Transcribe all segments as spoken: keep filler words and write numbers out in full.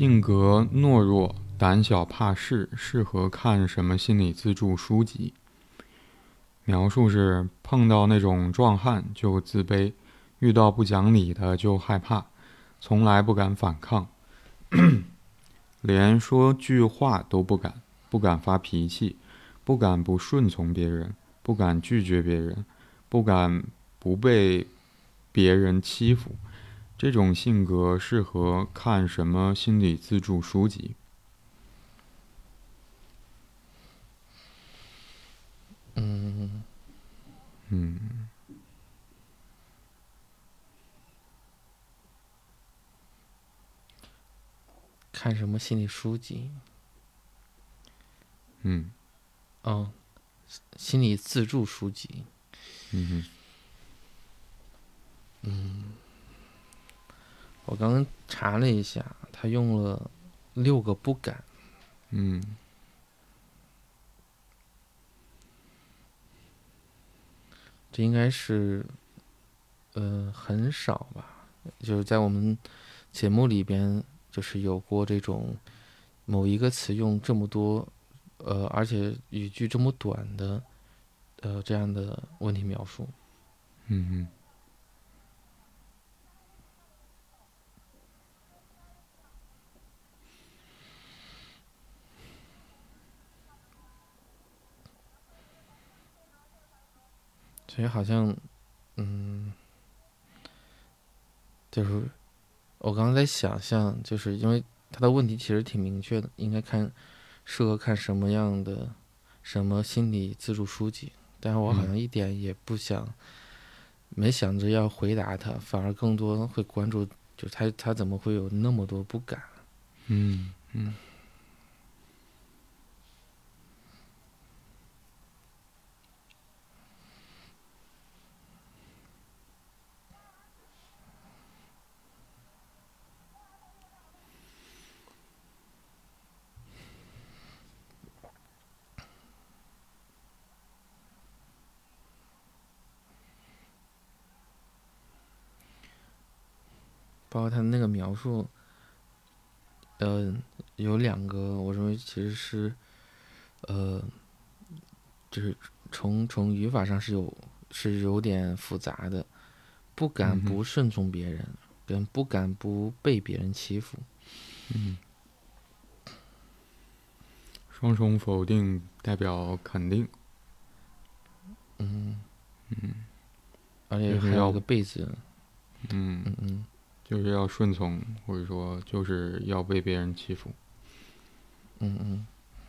性格懦弱、胆小怕事，适合看什么心理自助书籍？描述是碰到那种壮汉就自卑，遇到不讲理的就害怕，从来不敢反抗，连说句话都不敢，不敢发脾气，不敢不顺从别人，不敢拒绝别人，不敢不被别人欺负。这种性格适合看什么心理自助书籍？ 嗯嗯看什么心理书籍？ 嗯哦，心理自助书籍。 嗯哼我刚刚查了一下，他用了六个不敢。 嗯这应该是呃很少吧，就是在我们节目里边，就是有过这种某一个词用这么多，呃，而且语句这么短的，呃，这样的问题描述。 嗯哼所以好像，嗯，就是我刚刚在想象，就是因为他的问题其实挺明确的，应该看适合看什么样的什么心理自助书籍，但是我好嗯像一点也不想，没想着要回答他，反而更多会关注，就是他他怎么会有那么多不敢？ 嗯嗯包括他的那个描述，呃，有两个，我认为其实是，呃，就是从从语法上是有是有点复杂的，不敢嗯哼不顺从别人，跟不敢不被别人欺负。 嗯，双重否定代表肯定。 嗯， 嗯， 而且就是要还有一个被字。 嗯， 嗯嗯就是要顺从，或者说就是要被别人欺负。 嗯嗯。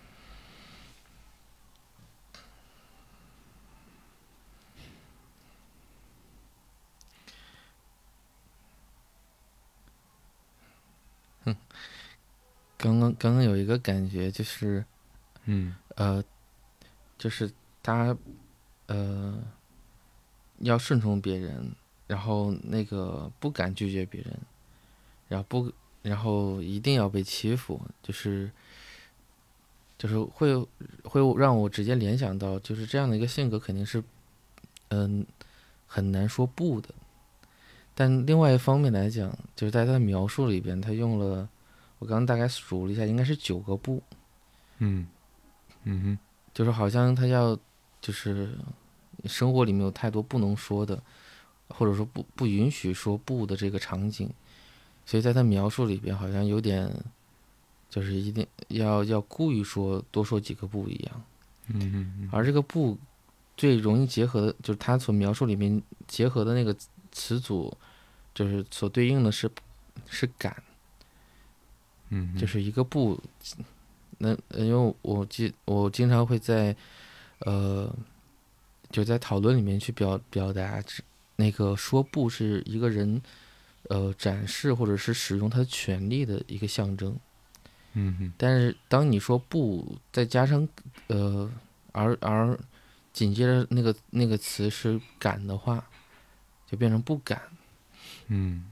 刚刚刚刚有一个感觉就是， 嗯呃，就是他呃要顺从别人，然后那个不敢拒绝别人，然后不然后一定要被欺负，就是就是会会让我直接联想到，就是这样的一个性格肯定是嗯、很难说不的。但另外一方面来讲，就是在他的描述里边，他用了我刚刚大概数了一下，应该是九个不， 嗯嗯哼就是好像他要就是生活里面有太多不能说的，或者说不不允许说不的这个场景，所以在他描述里边好像有点就是一定要要故意说多说几个不一样。 嗯哼而这个不最容易结合的就是他所描述里面结合的那个词组，就是所对应的是是敢， 嗯哼就是一个不。那因为我记我经常会在呃就在讨论里面去表表达那个说不是一个人呃展示或者是使用他的权利的一个象征。 嗯哼但是当你说不，再加上呃而而紧接着那个那个词是敢的话，就变成不敢。 嗯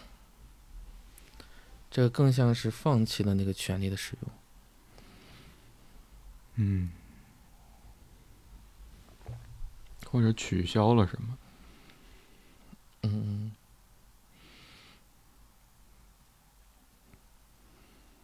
这个更像是放弃了那个权利的使用。 嗯，或者取消了什么？ 嗯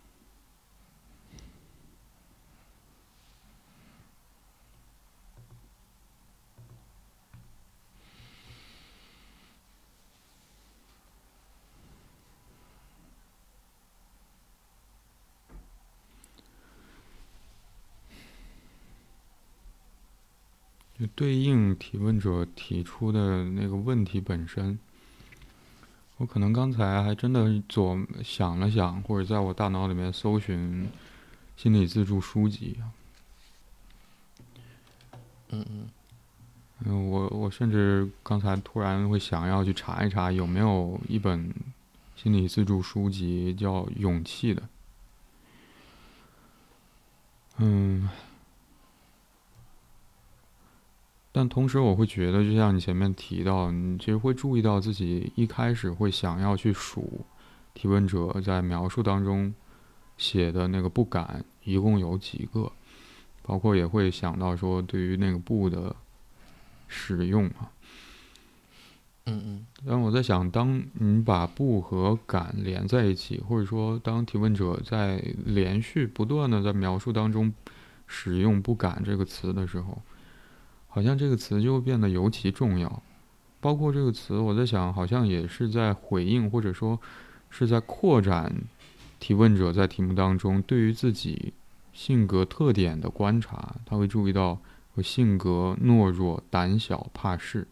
就对应提问者提出的那个问题本身。我可能刚才还真的左想了想，或者在我大脑里面搜寻心理自助书籍。 嗯嗯嗯，我我甚至刚才突然会想要去查一查有没有一本心理自助书籍叫《勇气》的。嗯，但同时我会觉得，就像你前面提到，你其实会注意到自己一开始会想要去数提问者在描述当中写的那个不敢一共有几个，包括也会想到说对于那个不的使用啊。 嗯嗯但我在想，当你把不和敢连在一起，或者说当提问者在连续不断的在描述当中使用不敢这个词的时候，好像这个词就变得尤其重要。包括这个词，我在想，好像也是在回应，或者说是在扩展提问者在题目当中对于自己性格特点的观察。他会注意到我性格懦弱、胆小、怕事。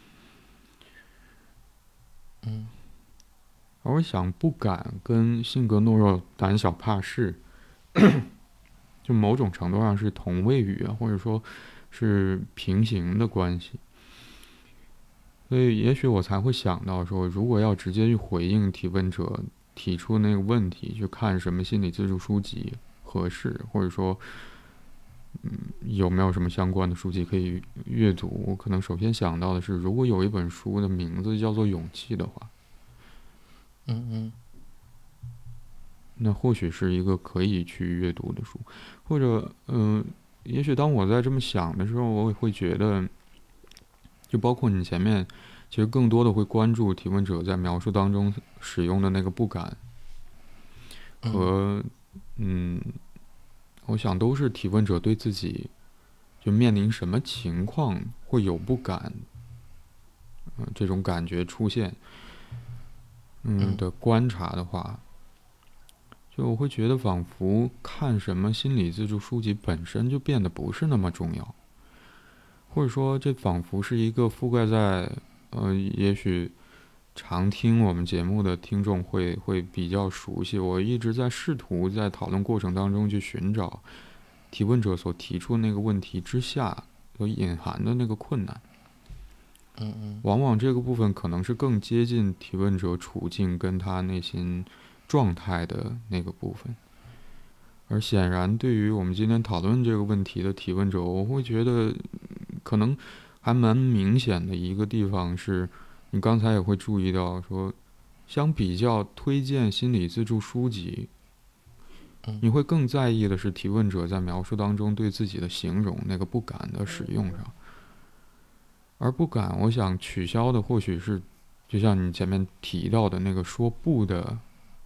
嗯而我想，不敢跟性格懦弱、胆小、怕事，就某种程度上是同位语啊，或者说是平行的关系。所以也许我才会想到说，如果要直接去回应提问者提出那个问题，去看什么心理自助书籍合适，或者说，嗯，有没有什么相关的书籍可以阅读，我可能首先想到的是，如果有一本书的名字叫做《勇气》的话， 嗯嗯那或许是一个可以去阅读的书。或者，嗯、呃，也许当我在这么想的时候，我也会觉得，就包括你前面，其实更多的会关注提问者在描述当中使用的那个不敢嗯和，嗯，我想都是提问者对自己就面临什么情况会有不敢，嗯、这种感觉出现，嗯嗯的观察的话，就我会觉得仿佛看什么心理自助书籍本身就变得不是那么重要。或者说这仿佛是一个覆盖在呃，也许常听我们节目的听众会会比较熟悉。我一直在试图在讨论过程当中去寻找提问者所提出那个问题之下所隐含的那个困难。 嗯嗯往往这个部分可能是更接近提问者处境跟他内心状态的那个部分。而显然，对于我们今天讨论这个问题的提问者，我会觉得可能还蛮明显的一个地方是，你刚才也会注意到说，相比较推荐心理自助书籍， 嗯你会更在意的是提问者在描述当中对自己的形容那个不敢的使用上。而不敢，我想取消的或许是，就像你前面提到的那个说不的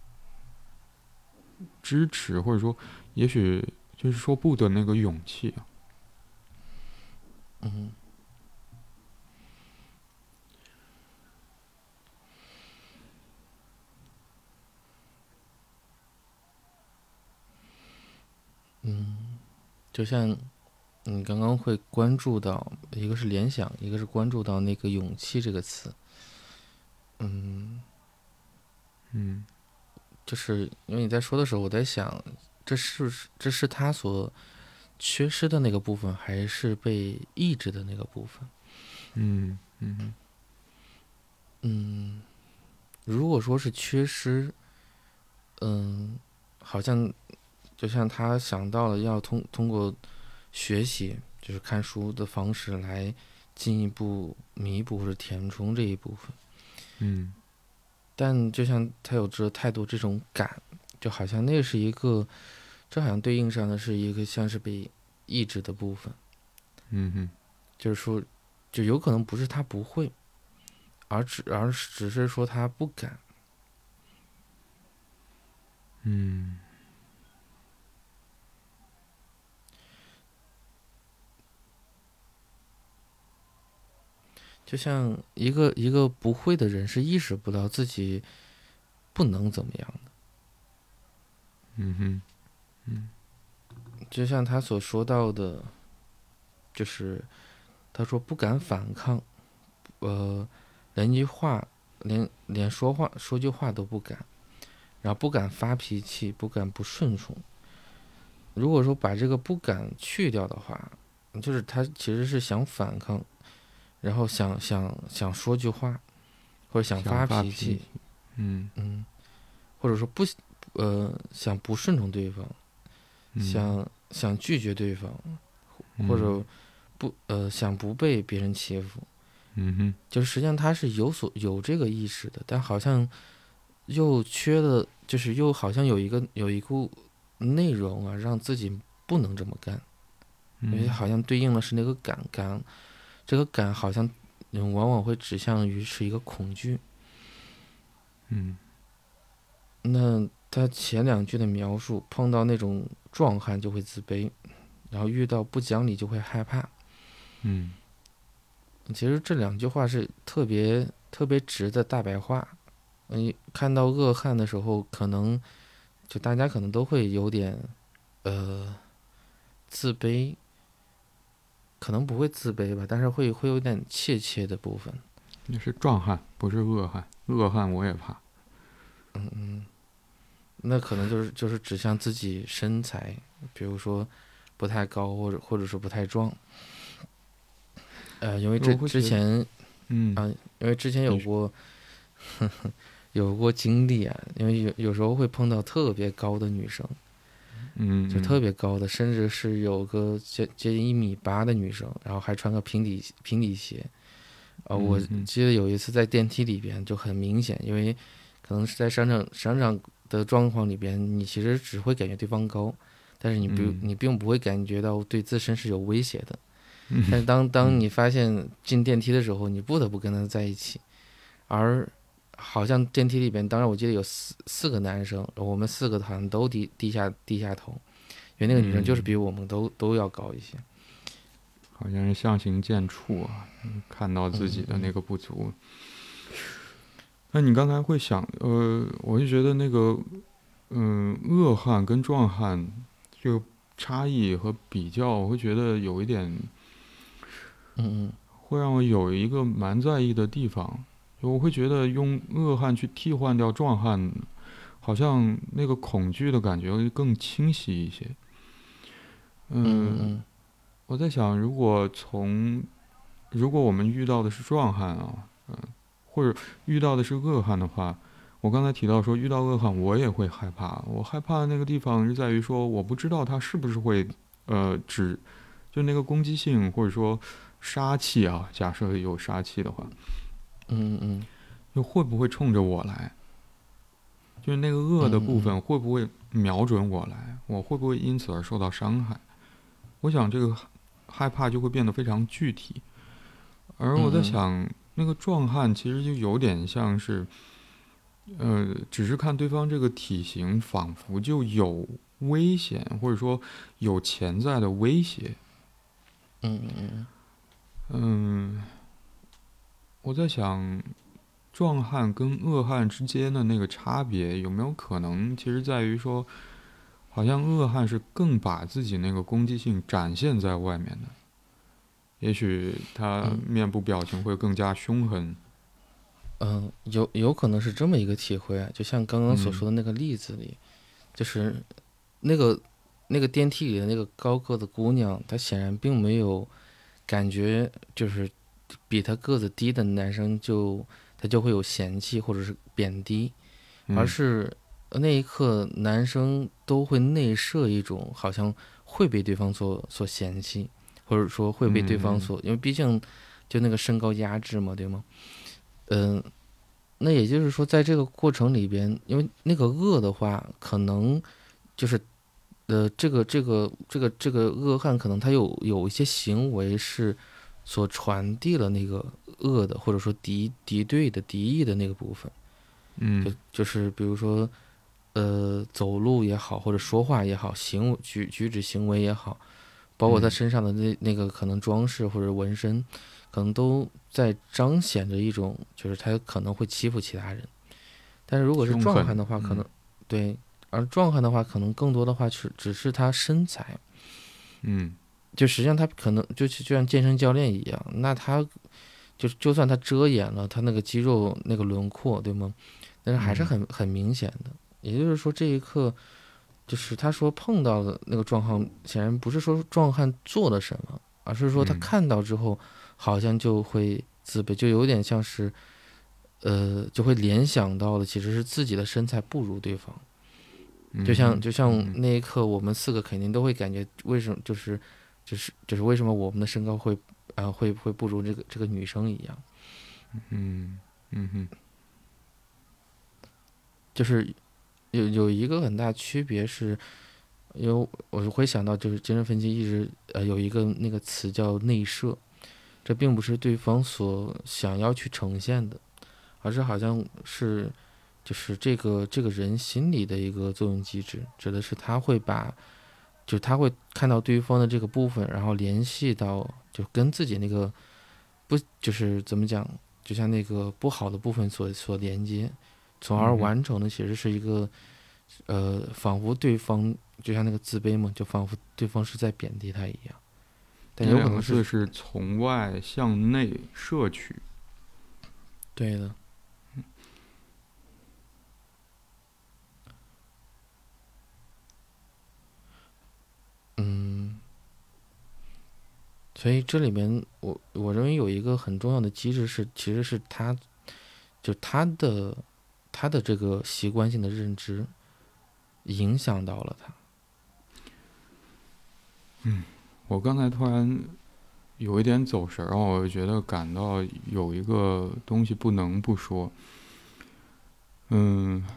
支持，或者说，也许就是说不的那个勇气啊。 嗯嗯，就像你刚刚会关注到，一个是联想，一个是关注到那个勇气这个词。嗯， 嗯就是因为你在说的时候，我在想，这是这是他所缺失的那个部分，还是被抑制的那个部分？ 嗯嗯嗯，如果说是缺失，嗯，好像就像他想到了要通通过学习，就是看书的方式来进一步弥补或者填充这一部分。 嗯但就像他有着太多这种感，就好像那是一个，这好像对应上的是一个像是被抑制的部分， 嗯嗯就是说，就有可能不是他不会，而只而只是说他不敢。 嗯就像一个一个不会的人是意识不到自己不能怎么样的， 嗯哼嗯就像他所说到的，就是他说不敢反抗，呃，连句话，连连说话说句话都不敢，然后不敢发脾气，不敢不顺从。如果说把这个不敢去掉的话，就是他其实是想反抗，然后想想想说句话，或者想发脾气， 嗯嗯，或者说不呃想不顺从对方， 嗯想想拒绝对方， 嗯或者不呃想不被别人欺负， 嗯哼就是实际上他是有所有这个意识的，但好像又缺了，就是又好像有一个有一股内容啊，让自己不能这么干，因为嗯好像对应的是那个感感，这个感好像嗯往往会指向于是一个恐惧。 嗯那他前两句的描述，碰到那种壮汉就会自卑，然后遇到不讲理就会害怕。 嗯其实这两句话是特别特别直的大白话。嗯，看到恶汉的时候，可能就大家可能都会有点呃自卑，可能不会自卑吧，但是会会有点怯怯的部分。 那是壮汉，不是恶汉。恶汉我也怕。 嗯嗯，那可能就是就是指向自己身材，比如说不太高，或者或者是不太壮。呃，因为之我会觉得， 之前嗯啊，因为之前有你说过呵呵有过经历啊，因为有有时候会碰到特别高的女生，就特嗯嗯别高的，甚至是有个接接近一米八的女生，然后还穿个平底平底鞋。啊、我嗯嗯记得有一次在电梯里边就很明显，因为可能是在商场商场的状况里边，你其实只会感觉对方高，但是你不嗯你并不会感觉到对自身是有威胁的。但嗯是当当嗯你发现进电梯的时候，你不得不跟他在一起，而好像电梯里边，当然我记得有四四个男生，我们四个好像都低低下低下头，因为那个女生就是比嗯， 我们都都要高一些。 好像是相形见绌啊，看到自己嗯嗯的那个不足。那你刚才会想，呃，我就觉得那个，嗯、恶汉跟壮汉这个差异和比较，我会觉得有一点嗯嗯会让我有一个蛮在意的地方，就我会觉得用恶汉去替换掉壮汉，好像那个恐惧的感觉会更清晰一些。嗯， 嗯嗯我在想，如果从如果我们遇到的是壮汉啊，嗯，或者遇到的是恶汉的话，我刚才提到说遇到恶汉我也会害怕。我害怕的那个地方是在于说，我不知道他是不是会，呃，只就那个攻击性或者说杀气啊，假设有杀气的话， 嗯嗯又会不会冲着我来？就是那个恶的部嗯分会不会瞄准我来？我会不会因此而受到伤害？我想这个害怕就会变得非常具体。而我在嗯想，那个壮汉其实就有点像是，呃，只是看对方这个体型，仿佛就有危险，或者说有潜在的威胁。 嗯嗯嗯，我在想，壮汉跟恶汉之间的那个差别，有没有可能其实在于说，好像恶汉是更把自己那个攻击性展现在外面的，也许他嗯面部表情会更加凶狠。 嗯，有有可能是这么一个体会啊，就像刚刚所嗯说的那个例子里，就是那个那个电梯里的那个高个子姑娘，她显然并没有感觉，就是比她个子低的男生就她就会有嫌弃或者是贬低，而嗯是那一刻男生都会内设一种好像会被对方所所嫌弃，或者说会被对方嗯所，因为毕竟就那个身高压制嘛，对吗？嗯，那也就是说，在这个过程里边，因为那个恶的话，可能就是呃，这个这个这个这个恶汉，可能他有有一些行为是所传递了那个恶的，或者说敌敌对的敌意的那个部分，就嗯就是比如说呃，走路也好，或者说话也好，行为举举止行为也好，包括他嗯身上的那那个可能装饰或者纹身，可能都在彰显着一种，就是他可能会欺负其他人。但是如果是凶狠。 壮汉的话，可能嗯对，而壮汉的话，可能更多的话是只是他身材， 嗯就实际上他可能就就像健身教练一样，那他就就算他遮掩了他那个肌肉那个轮廓，对吗？但是还是嗯很很明显的。也就是说，这一刻就是他说碰到的那个壮汉，显然不是说壮汉做了什么，而是说他嗯看到之后，好像就会自卑，就有点像是，呃，就会联想到的其实是自己的身材不如对方。就像嗯就像嗯那一刻，我们四个肯定都会感觉，为什么就是就是就是为什么我们的身高会啊、呃、会会不如这个这个女生一样。 嗯嗯嗯就是有有一个很大区别是，因为我会想到就是精神分析一直呃有一个那个词叫内射，这并不是对方所想要去呈现的，而是好像是就是这个这个人心理的一个作用机制，指的是他会把就是他会看到对方的这个部分，然后联系到就跟自己那个不就是怎么讲，就像那个不好的部分所所连接，从而嗯完成的其实是一个呃，仿佛对方就像那个自卑嘛，就仿佛对方是在贬低他一样，但那有可能是两个字是从外向内摄取。 对的。嗯，所以这里面我我认为有一个很重要的机制是，其实是他就他的他的这个习惯性的认知影响到了他。 嗯，我刚才突然有一点走神儿，我觉得感到有一个东西不能不说。嗯，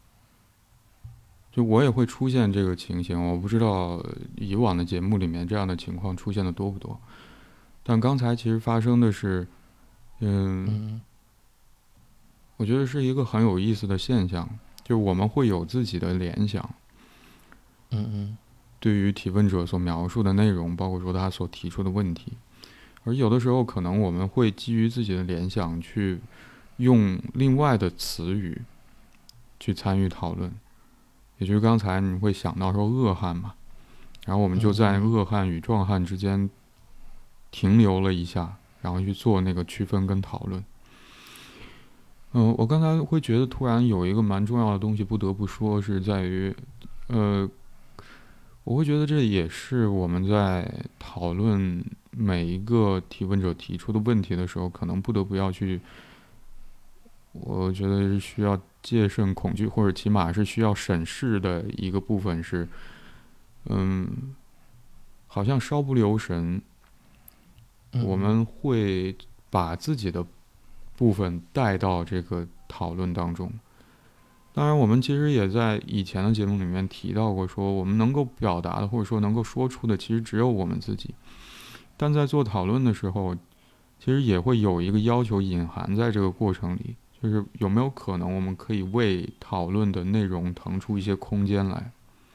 就我也会出现这个情形，我不知道以往的节目里面这样的情况出现的多不多。但刚才其实发生的是，嗯， 嗯我觉得是一个很有意思的现象，就是我们会有自己的联想， 嗯嗯对于提问者所描述的内容，包括说他所提出的问题，而有的时候可能我们会基于自己的联想去用另外的词语去参与讨论，也就是刚才你会想到说恶汉嘛，然后我们就在恶汉与壮汉之间停留了一下，然后去做那个区分跟讨论。嗯、呃，我刚才会觉得突然有一个蛮重要的东西不得不说，是在于，呃，我会觉得这也是我们在讨论每一个提问者提出的问题的时候，可能不得不要去，我觉得是需要戒慎恐惧，或者起码是需要审视的一个部分是，嗯，好像稍不留神， 嗯， 我们会把自己的部分带到这个讨论当中。当然，我们其实也在以前的节目里面提到过，说我们能够表达的，或者说能够说出的，其实只有我们自己。但在做讨论的时候，其实也会有一个要求隐含在这个过程里，就是有没有可能我们可以为讨论的内容腾出一些空间来，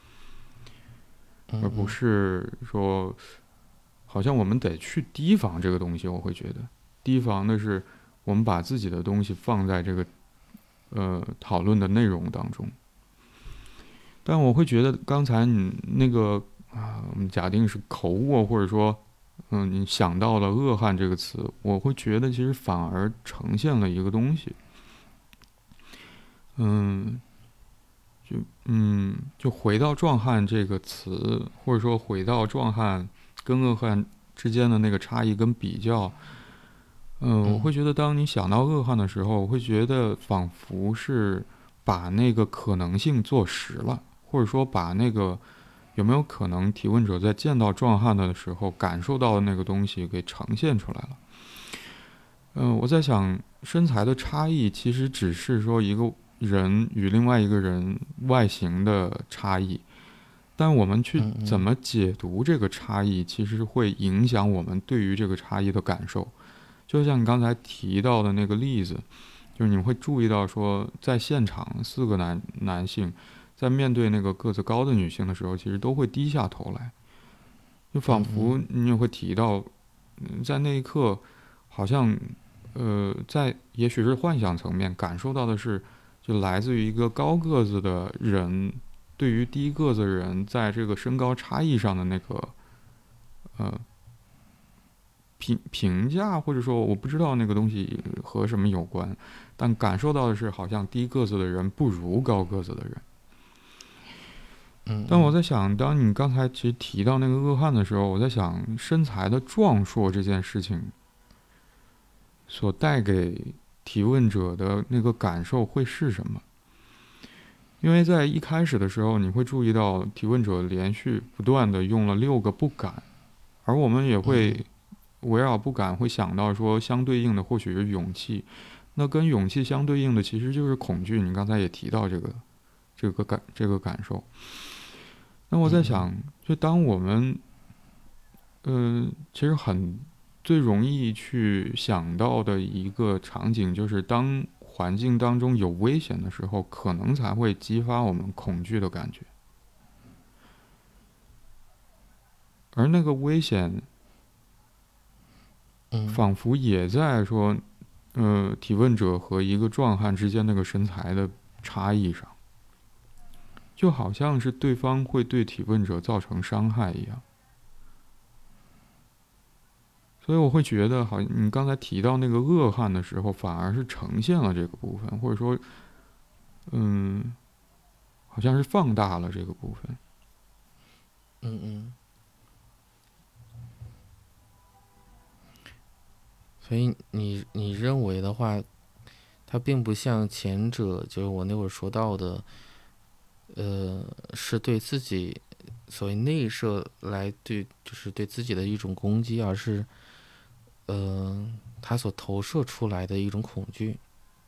而不是说好像我们得去提防这个东西。我会觉得提防的是我们把自己的东西放在这个呃讨论的内容当中。但我会觉得刚才你那个啊，我们假定是口误，或者说嗯，你想到了恶汉这个词，我会觉得其实反而呈现了一个东西。嗯，就嗯，就回到壮汉这个词，或者说回到壮汉跟恶汉之间的那个差异跟比较，嗯，我会觉得当你想到恶汉的时候，我会觉得仿佛是把那个可能性做实了，或者说把那个有没有可能提问者在见到壮汉的时候感受到的那个东西给呈现出来了。嗯，我在想，身材的差异其实只是说一个人与另外一个人外形的差异，但我们去怎么解读这个差异，其实会影响我们对于这个差异的感受。就像你刚才提到的那个例子，就是你会注意到说，在现场四个男男性在面对那个个子高的女性的时候，其实都会低下头来，就仿佛你也会提到，嗯，在那一刻，好像，呃，在也许是幻想层面感受到的是，就来自于一个高个子的人对于低个子人在这个身高差异上的那个， 呃评评价，或者说我不知道那个东西和什么有关，但感受到的是好像低个子的人不如高个子的人。 嗯， 但我在想，当你刚才其实提到那个恶汉的时候，我在想身材的壮硕这件事情所带给提问者的那个感受会是什么？因为在一开始的时候，你会注意到提问者连续不断的用了六个不敢，而我们也会围绕不敢会想到说，相对应的或许是勇气，那跟勇气相对应的其实就是恐惧。你刚才也提到这个这个感这个感受。那我在想，就当我们，嗯、呃，其实很最容易去想到的一个场景，就是当环境当中有危险的时候，可能才会激发我们恐惧的感觉。而那个危险，仿佛也在说，呃，提问者和一个壮汉之间那个身材的差异上，就好像是对方会对提问者造成伤害一样。所以我会觉得，好像你刚才提到那个恶汉的时候，反而是呈现了这个部分，或者说，嗯，好像是放大了这个部分。 嗯嗯。所以你你认为的话，它并不像前者，就是我那会儿说到的，呃，是对自己所谓内射来对，就是对自己的一种攻击，而是，呃，他所投射出来的一种恐惧。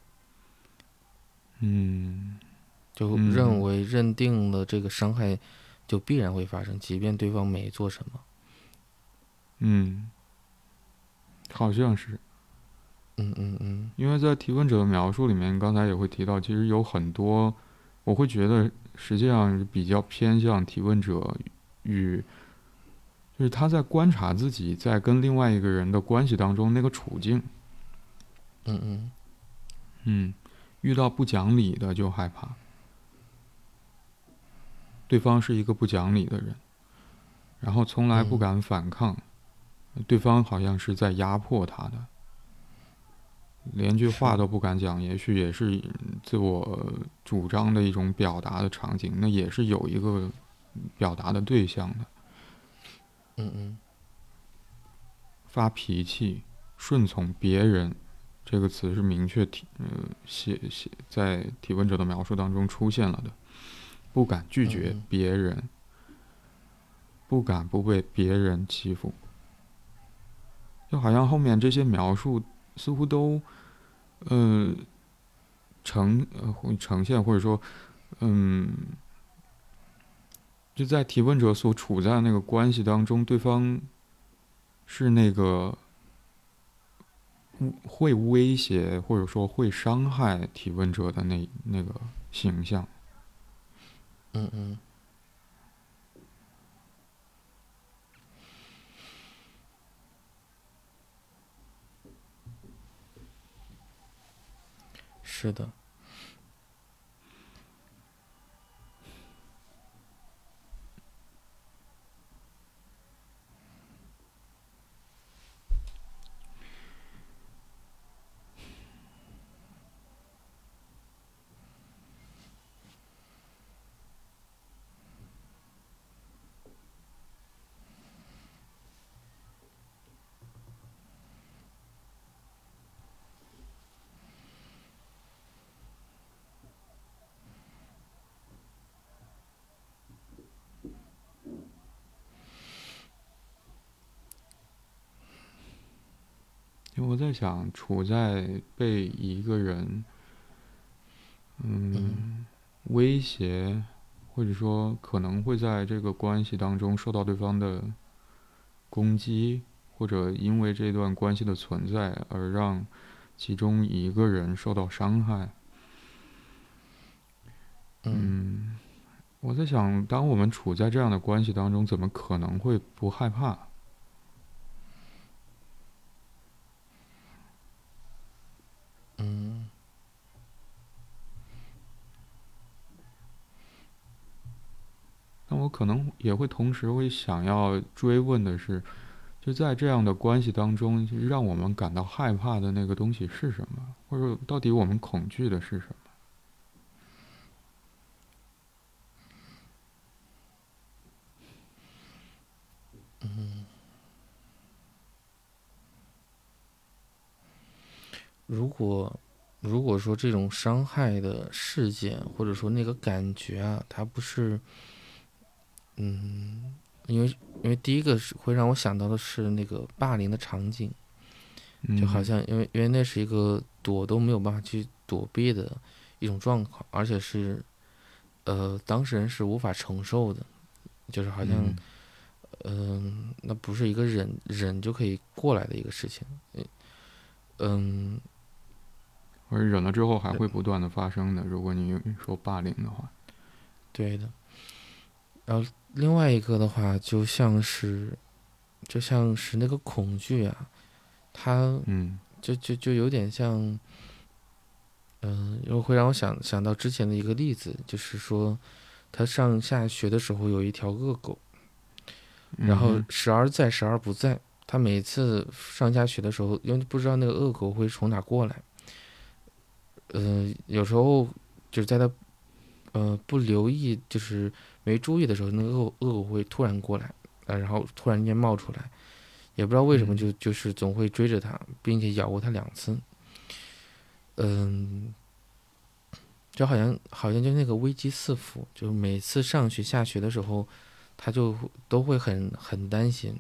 嗯， 就认为认定了这个伤害就必然会发生，即便对方没做什么。 嗯，好像是。 嗯嗯嗯。 因为在提问者的描述里面，刚才也会提到，其实有很多，我会觉得实际上是比较偏向提问者与，就是他在观察自己在跟另外一个人的关系当中那个处境。 嗯嗯嗯，遇到不讲理的就害怕，对方是一个不讲理的人，然后从来不敢反抗，对方好像是在压迫他的。连句话都不敢讲，也许也是自我主张的一种表达的场景，那也是有一个表达的对象的。 嗯嗯。 发脾气、顺从别人，这个词是明确提呃写写在提问者的描述当中出现了的。不敢拒绝别人，不敢不被别人欺负，就好像后面这些描述似乎都。呃，呈呃呈现或者说，嗯，就在提问者所处在那个关系当中，对方是那个会威胁或者说会伤害提问者的那那个形象。 嗯嗯。是的。 因为我在想，处在被一个人嗯威胁，或者说可能会在这个关系当中受到对方的攻击，或者因为这段关系的存在而让其中一个人受到伤害。嗯，我在想，当我们处在这样的关系当中，怎么可能会不害怕？ 嗯。 但我可能也会同时会想要追问的是，就在这样的关系当中，让我们感到害怕的那个东西是什么，或者到底我们恐惧的是什么？ 嗯，如果如果说这种伤害的事件，或者说那个感觉啊，它不是，嗯，因为因为第一个是会让我想到的是那个霸凌的场景，就好嗯像因为因为那是一个躲都没有办法去躲避的一种状况，而且是呃当事人是无法承受的，就是好像嗯， 嗯、那不是一个忍忍就可以过来的一个事情，嗯， 而忍了之后还会不断的发生的。如果你说霸凌的话， 对的。然后另外一个的话，就像是就像是那个恐惧啊，它嗯就就就有点像，嗯、又会让我想想到之前的一个例子，就是说他上下学的时候有一条恶狗，然后嗯哼时而在，时而不在。他每次上下学的时候，因为不知道那个恶狗会从哪过来，呃，有时候就是在他呃不留意，就是没注意的时候，那个恶恶狗会突然过来，呃，然后突然间冒出来，也不知道为什么嗯就就是总会追着他，并且咬过他两次。嗯，就好像好像就那个危机四伏，就是每次上学下学的时候，他就都会很很担心。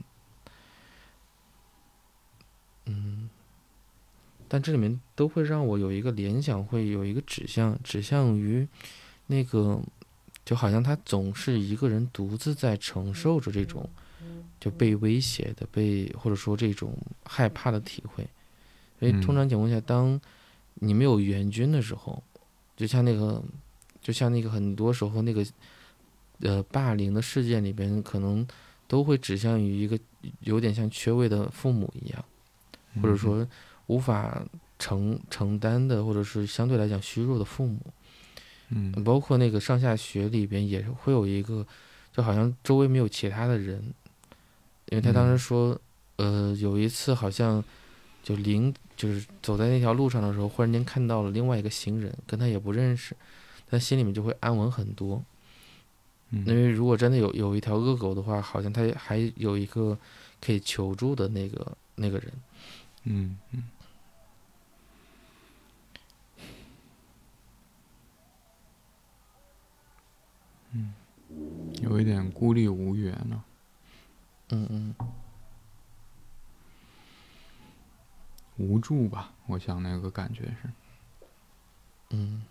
嗯，但这里面都会让我有一个联想，会有一个指向，指向于那个，就好像他总是一个人独自在承受着这种就被威胁的、被或者说这种害怕的体会。因为通嗯常情况下，当你没有援军的时候，就像那个，就像那个很多时候那个呃霸凌的事件里边，可能都会指向于一个有点像缺位的父母一样，或者嗯哼说无法承承担的，或者是相对来讲虚弱的父母。 嗯包括那个上下学里边也会有一个，就好像周围没有其他的人，因为他当时嗯说，呃，有一次好像就临就是走在那条路上的时候，忽然间看到了另外一个行人，跟他也不认识，他心里面就会安稳很多。因嗯为如果真的有有一条恶狗的话，好像他还有一个可以求助的那个那个人。 嗯嗯嗯，有一点孤立无援了， 嗯嗯无助吧，我想那个感觉是。 嗯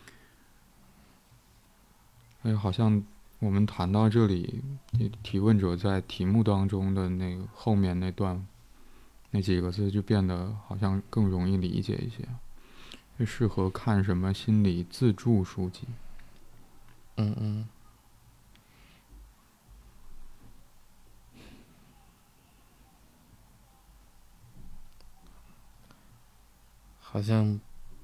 所以好像我们谈到这里，提问者在题目当中的那个后面那段那几个字就变得好像更容易理解一些。就适合看什么心理自助书籍？ 嗯嗯，好像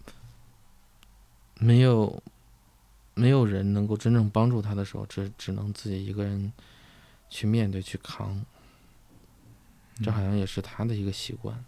没有没有人能够真正帮助他的时候，只只能自己一个人去面对去扛，这好像也是他的一个习惯。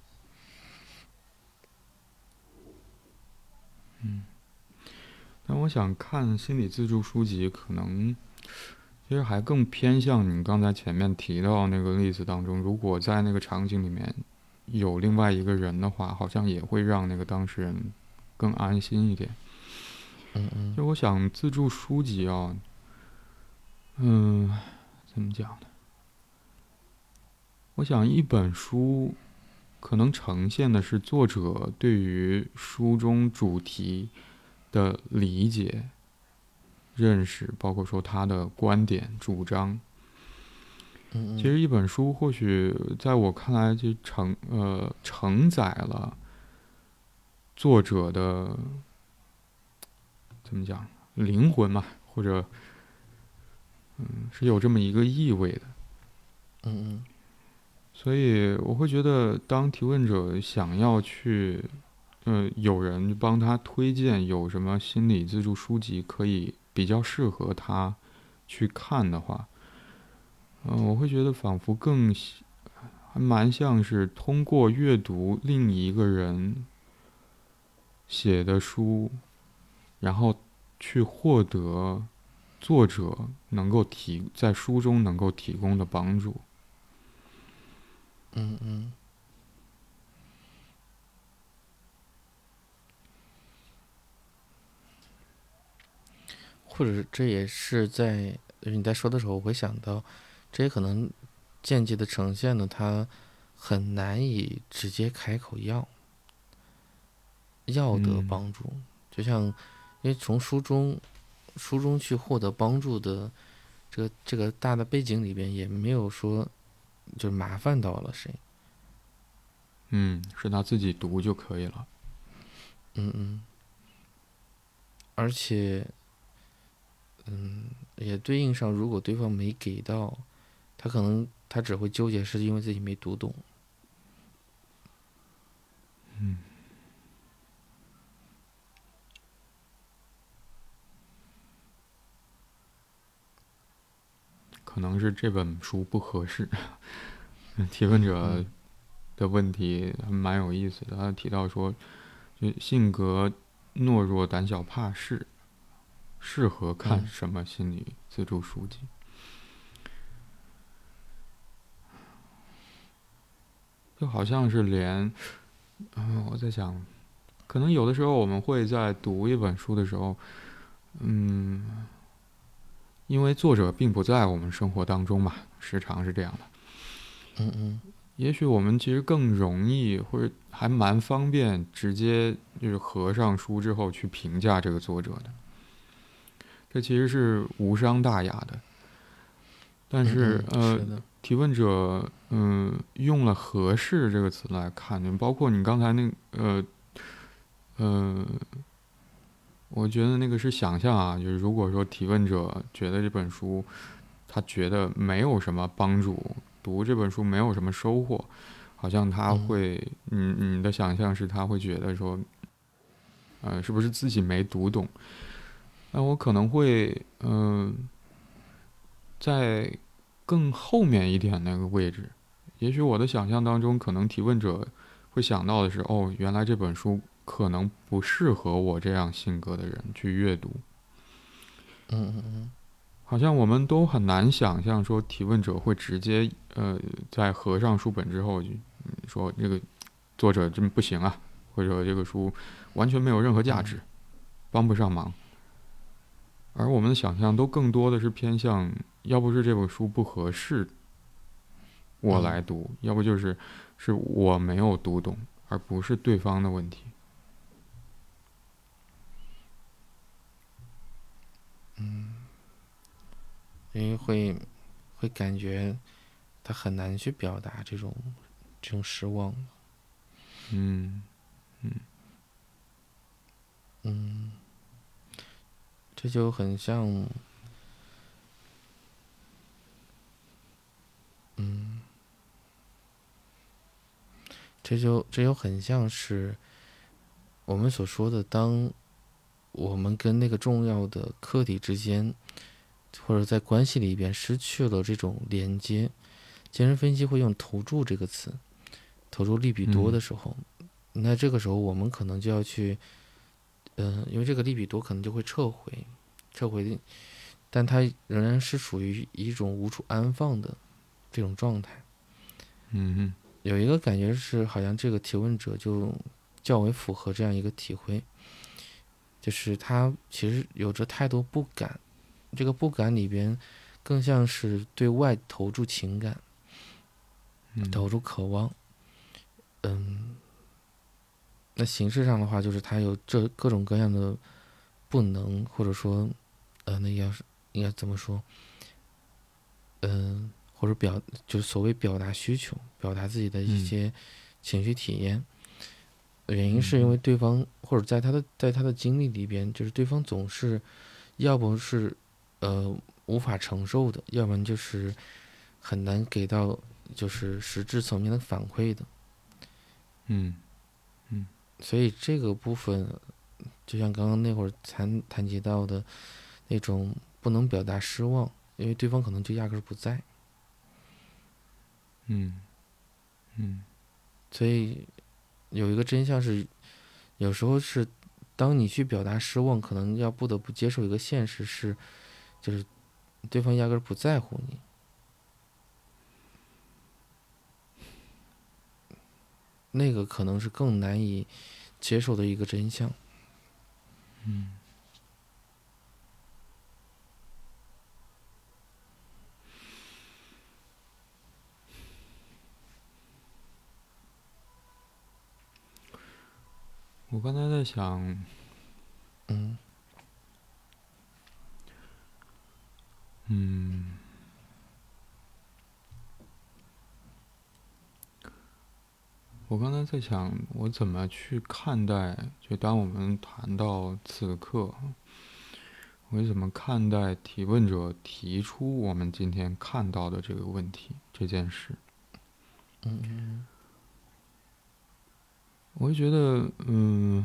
但我想看心理自助书籍，可能其实还更偏向你刚才前面提到那个例子当中，如果在那个场景里面有另外一个人的话，好像也会让那个当事人更安心一点。 嗯嗯就我想自助书籍啊，嗯，怎么讲呢？我想一本书可能呈现的是作者对于书中主题的理解、认识，包括说他的观点、主张。 嗯嗯其实一本书或许在我看来就承呃承载了作者的怎么讲灵魂嘛，或者嗯是有这么一个意味的。 嗯嗯所以我会觉得，当提问者想要去，呃，有人帮他推荐有什么心理自助书籍可以比较适合他去看的话， 嗯，我会觉得仿佛更还蛮像是通过阅读另一个人写的书，然后去获得作者能够提在书中能够提供的帮助。 嗯嗯。或者这也是在你在说的时候，我会想到，这也可能间接的呈现了他很难以直接开口要要得嗯帮助，就像因为从书中书中去获得帮助的这个这个大的背景里边，也没有说就是麻烦到了谁。 嗯，是他自己读就可以了。 嗯嗯。而且，嗯，也对应上，如果对方没给到，他可能他只会纠结是因为自己没读懂。 嗯，可能是这本书不合适。提问者嗯的问题还蛮有意思的，他提到说，就性格懦弱、胆小怕事，适合看嗯什么心理自助书籍？就好像是连，嗯、我在想，可能有的时候我们会在读一本书的时候，嗯，因为作者并不在我们生活当中嘛，时常是这样的。 嗯嗯也许我们其实更容易，或者还蛮方便，直接就是合上书之后去评价这个作者的。这其实是无伤大雅的。但嗯是，呃， 嗯，是的。 提问者，嗯、用了“合适”这个词来看，包括你刚才那，呃，呃，我觉得那个是想象啊，就是如果说提问者觉得这本书，他觉得没有什么帮助，读这本书没有什么收获，好像他嗯会，你你的想象是他会觉得说，呃，是不是自己没读懂？那我可能会，嗯、呃，在更后面一点那个位置，也许我的想象当中，可能提问者会想到的是，哦，原来这本书可能不适合我这样性格的人去阅读。 嗯嗯嗯好像我们都很难想象说提问者会直接呃在合上书本之后就说这个作者真不行啊，或者说这个书完全没有任何价值，帮不上忙。而我们的想象都更多的是偏向，要不是这本书不合适我嗯来读，要不就是是我没有读懂，而不是对方的问题。 嗯，因为会会感觉他很难去表达这种这种失望。 嗯嗯嗯，这就很像，嗯，这就这就很像是我们所说的，当我们跟那个重要的客体之间，或者在关系里边失去了这种连接，精神分析会用“投注”这个词，投注利比多嗯的时候，那这个时候我们可能就要去，嗯、因为这个利比多可能就会撤回，撤回，但它仍然是属于一种无处安放的这种状态。 嗯有一个感觉是，好像这个提问者就较为符合这样一个体会，就是他其实有着太多不敢，这个不敢里边更像是对外投注情感， 嗯投注渴望。嗯，那形式上的话，就是他有这各种各样的不能，或者说，呃，那要是应该怎么说？嗯，或者表就是所谓表达需求，表达自己的一嗯些情绪体验。原因是因为嗯对方或者在他的在他的经历里边，就是对方总是要不是呃无法承受的，要不然就是很难给到就是实质层面的反馈的。 嗯嗯所以这个部分，就像刚刚那会儿谈谈及到的那种不能表达失望，因为对方可能就压根儿不在。 嗯嗯所以有一个真相是，有时候是当你去表达失望，可能要不得不接受一个现实是，就是对方压根儿不在乎你。那个可能是更难以接受的一个真相。 嗯。我刚才在想， 嗯嗯，我刚才在想，我怎么去看待？就当我们谈到此刻，我会怎么看待提问者提出我们今天看到的这个问题这件事？ 嗯我会觉得，嗯，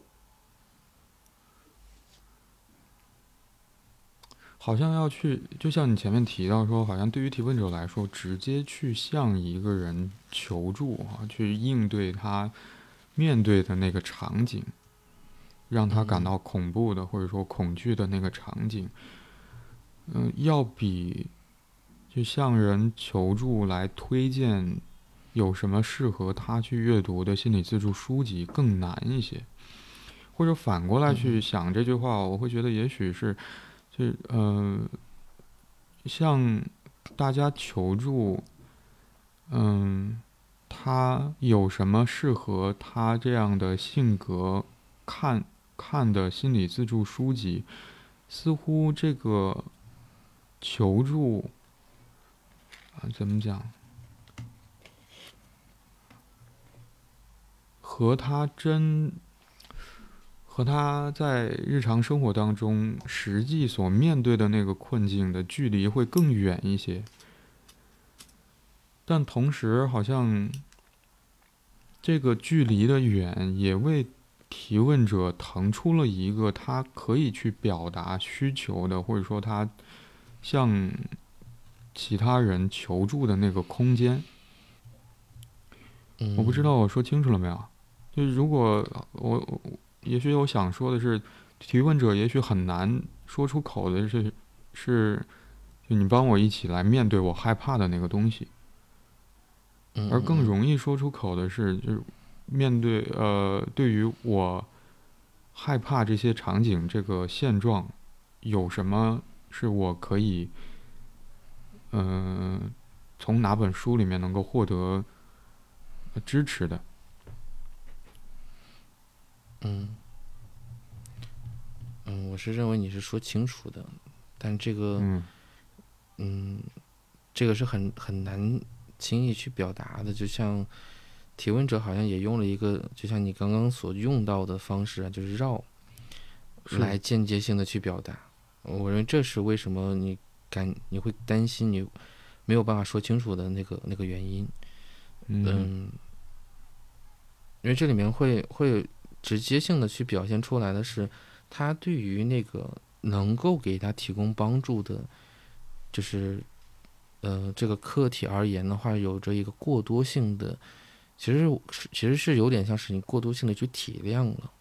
好像要去，就像你前面提到说，好像对于提问者来说，直接去向一个人求助啊，去应对他面对的那个场景，让他感嗯到恐怖的或者说恐惧的那个场景，嗯、要比就向人求助来推荐有什么适合他去阅读的心理自助书籍更难一些。或者反过来去嗯想这句话，我会觉得也许是，就呃，向大家求助，嗯，他有什么适合他这样的性格看看的心理自助书籍？似乎这个求助啊，怎么讲，和他真和他在日常生活当中实际所面对的那个困境的距离会更远一些。但同时，好像这个距离的远也为提问者腾出了一个他可以去表达需求的，或者说他向其他人求助的那个空间。我不知道嗯我说清楚了没有？就是如果我我也许我想说的是，提问者也许很难说出口的是是，就你帮我一起来面对我害怕的那个东西，而更嗯容易说出口的是，就是面对呃，对于我害怕这些场景这个现状，有什么是我可以嗯、呃、从哪本书里面能够获得支持的？ 嗯嗯，我是认为你是说清楚的，但这个嗯嗯，这个是很很难轻易去表达的。就像提问者好像也用了一个，就像你刚刚所用到的方式啊，就是绕是来间接性的去表达。我认为这是为什么你感你会担心你没有办法说清楚的那个那个原因。 嗯嗯，因为这里面会会直接性的去表现出来的是，他对于那个能够给他提供帮助的，就是呃这个客体而言的话，有着一个过多性的，其实是其实是有点像是你过多性的去体谅了，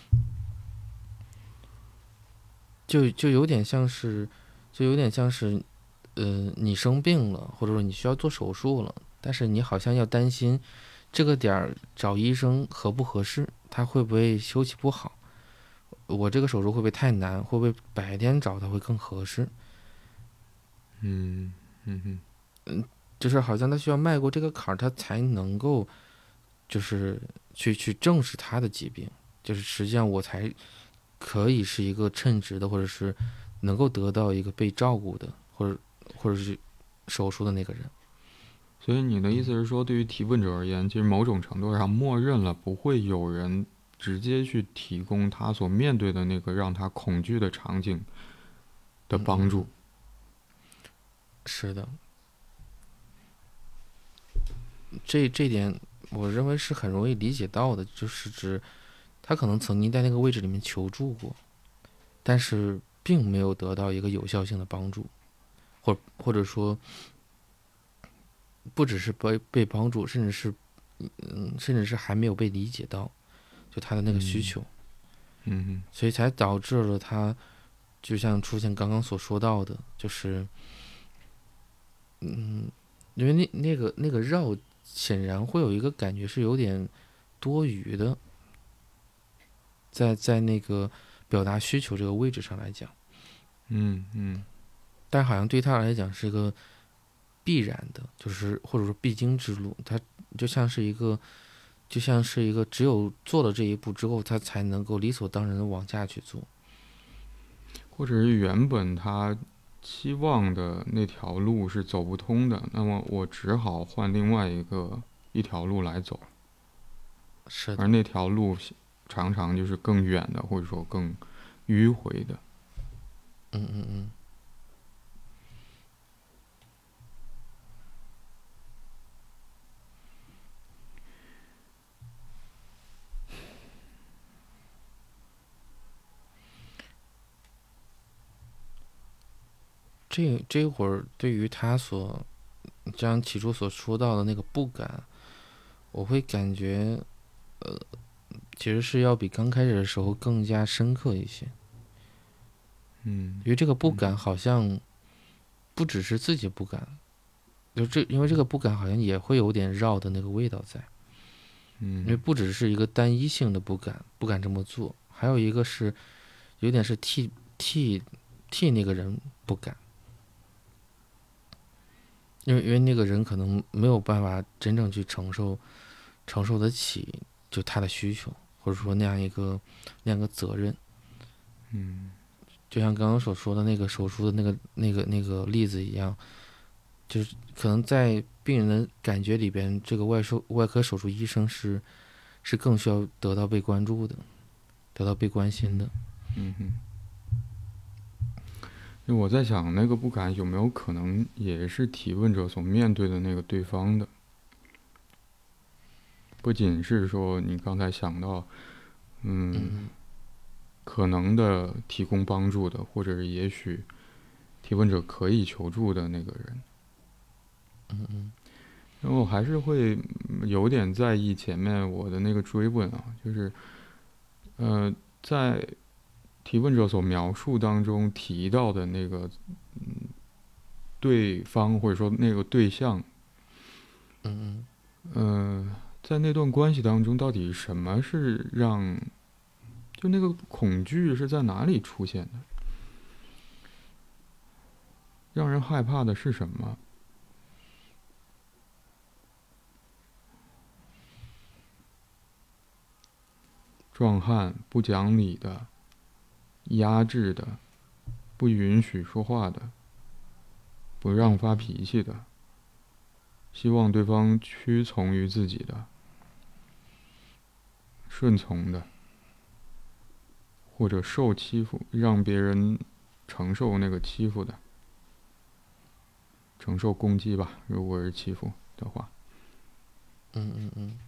就就有点像是，就有点像是，呃，你生病了，或者说你需要做手术了，但是你好像要担心这个点儿找医生合不合适，他会不会休息不好，我这个手术会不会太难，会不会白天找他会更合适？ 嗯嗯嗯就是好像他需要迈过这个坎儿，他才能够就是去去正视他的疾病，就是实际上我才可以是一个称职的，或者是能够得到一个被照顾的，或者或者是手术的那个人。 所以你的意思嗯是说，对于提问者而言，其实某种程度上默认了不会有人直接去提供他所面对的那个让他恐惧的场景的嗯嗯， 帮助。 是的，这这点我认为是很容易理解到的，就是指他可能曾经在那个位置里面求助过，但是并没有得到一个有效性的帮助，或或者说不只是被被帮助，甚至是嗯，甚至是还没有被理解到，就他的那个需求， 嗯嗯所以才导致了他就像出现刚刚所说到的，就是嗯，因为那那个那个绕显然会有一个感觉是有点多余的，在在那个表达需求这个位置上来讲， 嗯嗯但好像对他来讲是一个必然的，就是或者说必经之路，他就像是一个就像是一个只有做了这一步之后，他才能够理所当然的往下去做。 或者是原本他期望的那条路是走不通的，那么我只好换另外一个一条路来走， 是的， 而那条路常常就是更远的，或者说更迂回的。 嗯嗯嗯。这这会儿对于他所像起初所说到的那个不敢，我会感觉，呃，其实是要比刚开始的时候更加深刻一些。 嗯因为这个不敢好像不只是自己不敢，就这，因为这个不敢好像也会有点绕的那个味道在。因为嗯不只是一个单一性的不敢，不敢这么做，还有一个是有点是替替替那个人不敢。因为因为那个人可能没有办法真正去承受承受得起就他的需求，或者说那样一个那样一个责任。 嗯就像刚刚所说的那个手术的那个那个那个例子一样，就是可能在病人的感觉里边，这个外手外科手术医生是是更需要得到被关注的，得到被关心的。 嗯哼。因为我在想，那个不敢有没有可能也是提问者所面对的那个对方的，不仅是说你刚才想到，嗯， 嗯可能的提供帮助的，或者是也许提问者可以求助的那个人。 嗯嗯然后我还是会有点在意前面我的那个追问啊，就是，呃，在提问者所描述当中提到的那个，嗯，对方或者说那个对象， 嗯呃，在那段关系当中，到底什么是让，就那个恐惧是在哪里出现的？让人害怕的是什么？壮汉、不讲理的、压制的、不允许说话的、不让发脾气的、希望对方屈从于自己的、顺从的，或者受欺负，让别人承受那个欺负的，承受攻击吧，如果是欺负的话。 嗯嗯嗯。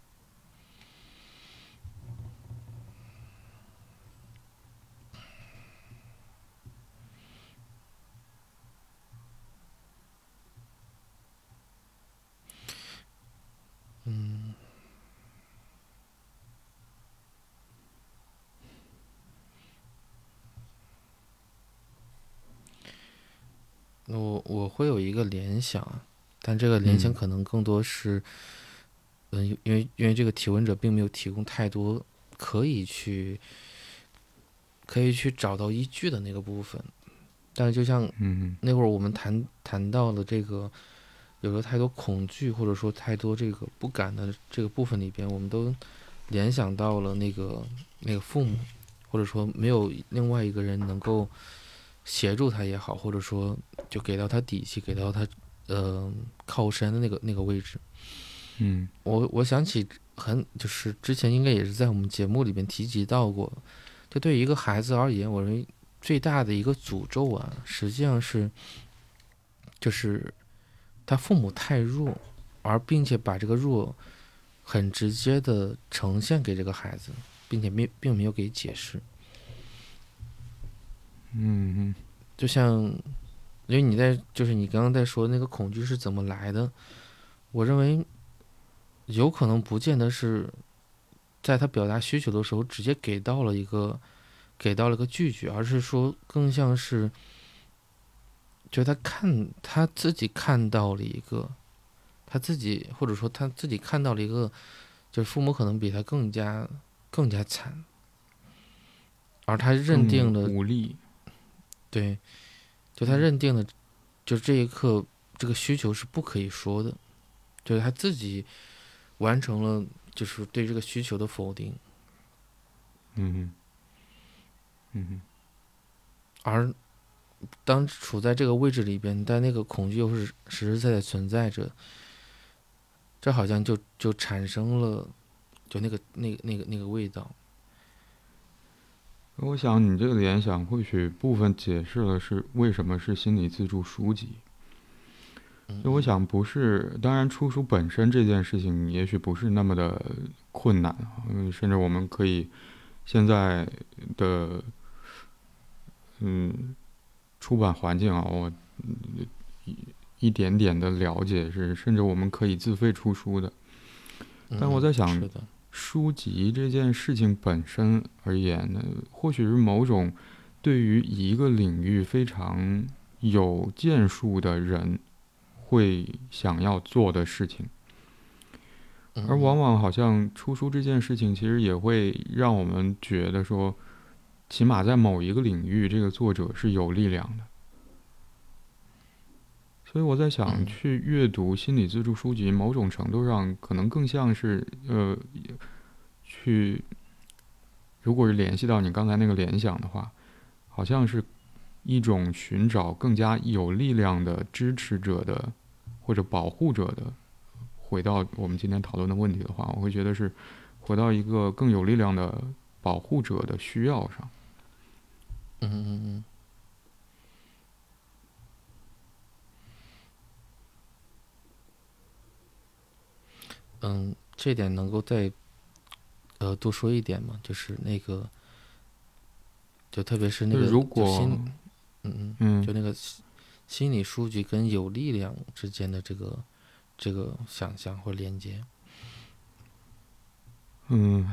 我我会有一个联想啊，但这个联想嗯可能更多是，嗯，因为因为这个提问者并没有提供太多可以去可以去找到依据的那个部分，但是就像嗯那会儿我们谈谈到了这个有了太多恐惧或者说太多这个不敢的这个部分里边，我们都联想到了那个那个父母，或者说没有另外一个人能够协助他也好，或者说就给到他底气，给到他呃靠山的那个那个位置。 嗯我我想起很就是之前应该也是在我们节目里面提及到过，就对于一个孩子而言，我认为最大的一个诅咒啊，实际上是就是他父母太弱，而并且把这个弱很直接的呈现给这个孩子，并且没并没有给解释。 嗯嗯就像因为你在就是你刚刚在说那个恐惧是怎么来的， 我认为有可能不见得是在他表达需求的时候直接给到了一个给到了个拒绝，而是说更像是，就他看他自己看到了一个他自己或者说他自己看到了一个，就是父母可能比他更加更加惨，而他认定了无力。 对，就他认定了，就这一刻这个需求是不可以说的，就是他自己完成了就是对这个需求的否定。 嗯哼，嗯哼。 而当处在这个位置里边，但那个恐惧又是实实在在存在着，这好像就就产生了，就那个那个那个那个味道。 我想你这个联想或许部分解释了是为什么是心理自助书籍。就我想不是，当然出书本身这件事情也许不是那么的困难，嗯，甚至我们可以现在的嗯出版环境啊，我一一点点的了解是，甚至我们可以自费出书的。但我在想， 是的， 书籍这件事情本身而言呢，或许是某种对于一个领域非常有建树的人会想要做的事情。而往往好像出书这件事情，其实也会让我们觉得说，起码在某一个领域，这个作者是有力量的。所以我在想，去阅读心理自助书籍，某种程度上可能更像是呃，去，如果是联系到你刚才那个联想的话，好像是一种寻找更加有力量的支持者的或者保护者的。回到我们今天讨论的问题的话，我会觉得是回到一个更有力量的保护者的需要上。 嗯嗯嗯。嗯，这点能够再呃多说一点吗？就是那个，就特别是那个， 如果心，嗯嗯， 就那个心理数据跟有力量之间的这个这个想象或连接。 嗯，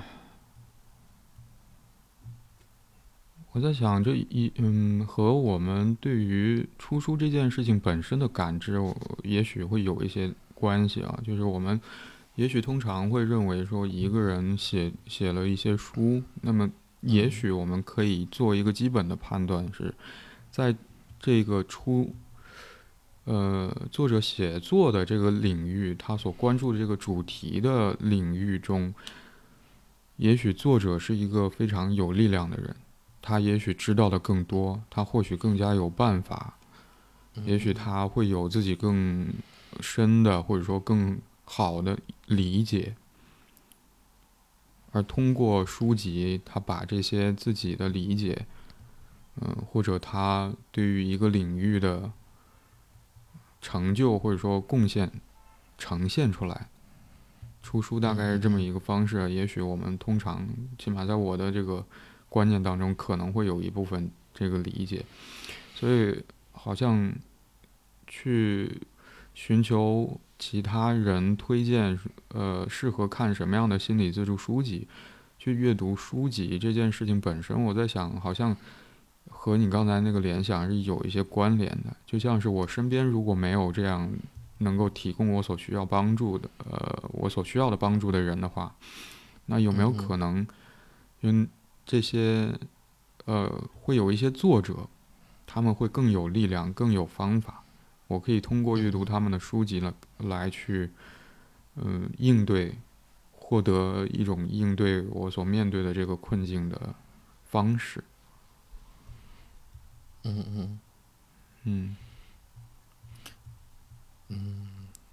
我在想，这一嗯和我们对于出书这件事情本身的感知，我也许会有一些关系啊。就是我们也许通常会认为说，一个人写写了一些书，那么也许我们可以做一个基本的判断是，在这个出呃作者写作的这个领域，他所关注的这个主题的领域中，也许作者是一个非常有力量的人，他也许知道的更多，他或许更加有办法，也许他会有自己更深的或者说更好的理解。而通过书籍，他把这些自己的理解，嗯，或者他对于一个领域的成就或者说贡献呈现出来。出书大概是这么一个方式，也许我们通常，起码在我的这个观念当中，可能会有一部分这个理解。所以，好像去寻求其他人推荐，呃，适合看什么样的心理自助书籍，去阅读书籍这件事情本身，我在想，好像和你刚才那个联想是有一些关联的。就像是我身边如果没有这样能够提供我所需要帮助的，呃，我所需要的帮助的人的话，那有没有可能，因为这些，呃，会有一些作者，他们会更有力量，更有方法，我可以通过阅读他们的书籍来来去，嗯、呃，应对，获得一种应对我所面对的这个困境的方式。 嗯嗯嗯嗯，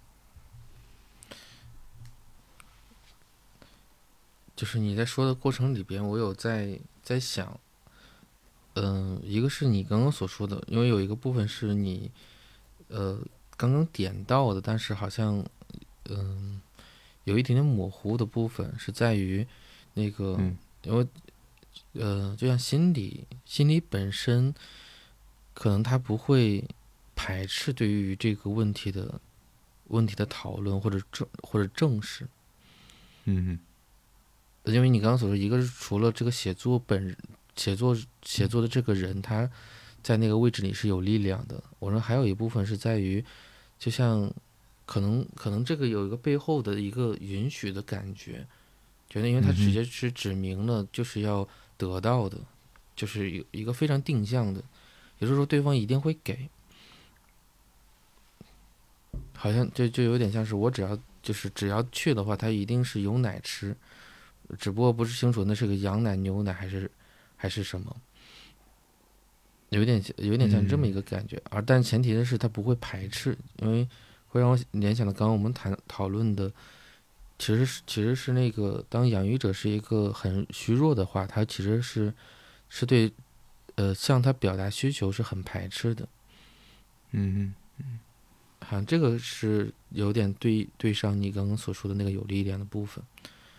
就是你在说的过程里边，我有在在想，嗯、呃，一个是你刚刚所说的，因为有一个部分是你呃刚刚点到的，但是好像嗯、呃、有一点点模糊的部分是在于那个， 嗯因为呃就像心理心理本身，可能它不会排斥对于这个问题的问题的讨论或者正或者正视。 嗯因为你刚刚所说，一个是除了这个写作本写作写作的这个人他在那个位置里是有力量的，我说还有一部分是在于，就像可能可能这个有一个背后的一个允许的感觉，觉得因为他直嗯接是指明了就是要得到的，就是有一个非常定向的，也就是说对方一定会给，好像就就有点像是我只要就是只要去的话，他一定是有奶吃，只不过不是清楚那是个羊奶、牛奶还是还是什么，有点有点像这么一个感觉。而但前提的是他不会排斥，因为会让我联想到刚刚我们谈讨论的，其实是其实是那个当养育者是一个很虚弱的话，他其实是是对呃向他表达需求是很排斥的。 嗯好像这个是有点对对上你刚刚所说的那个有力量的部分。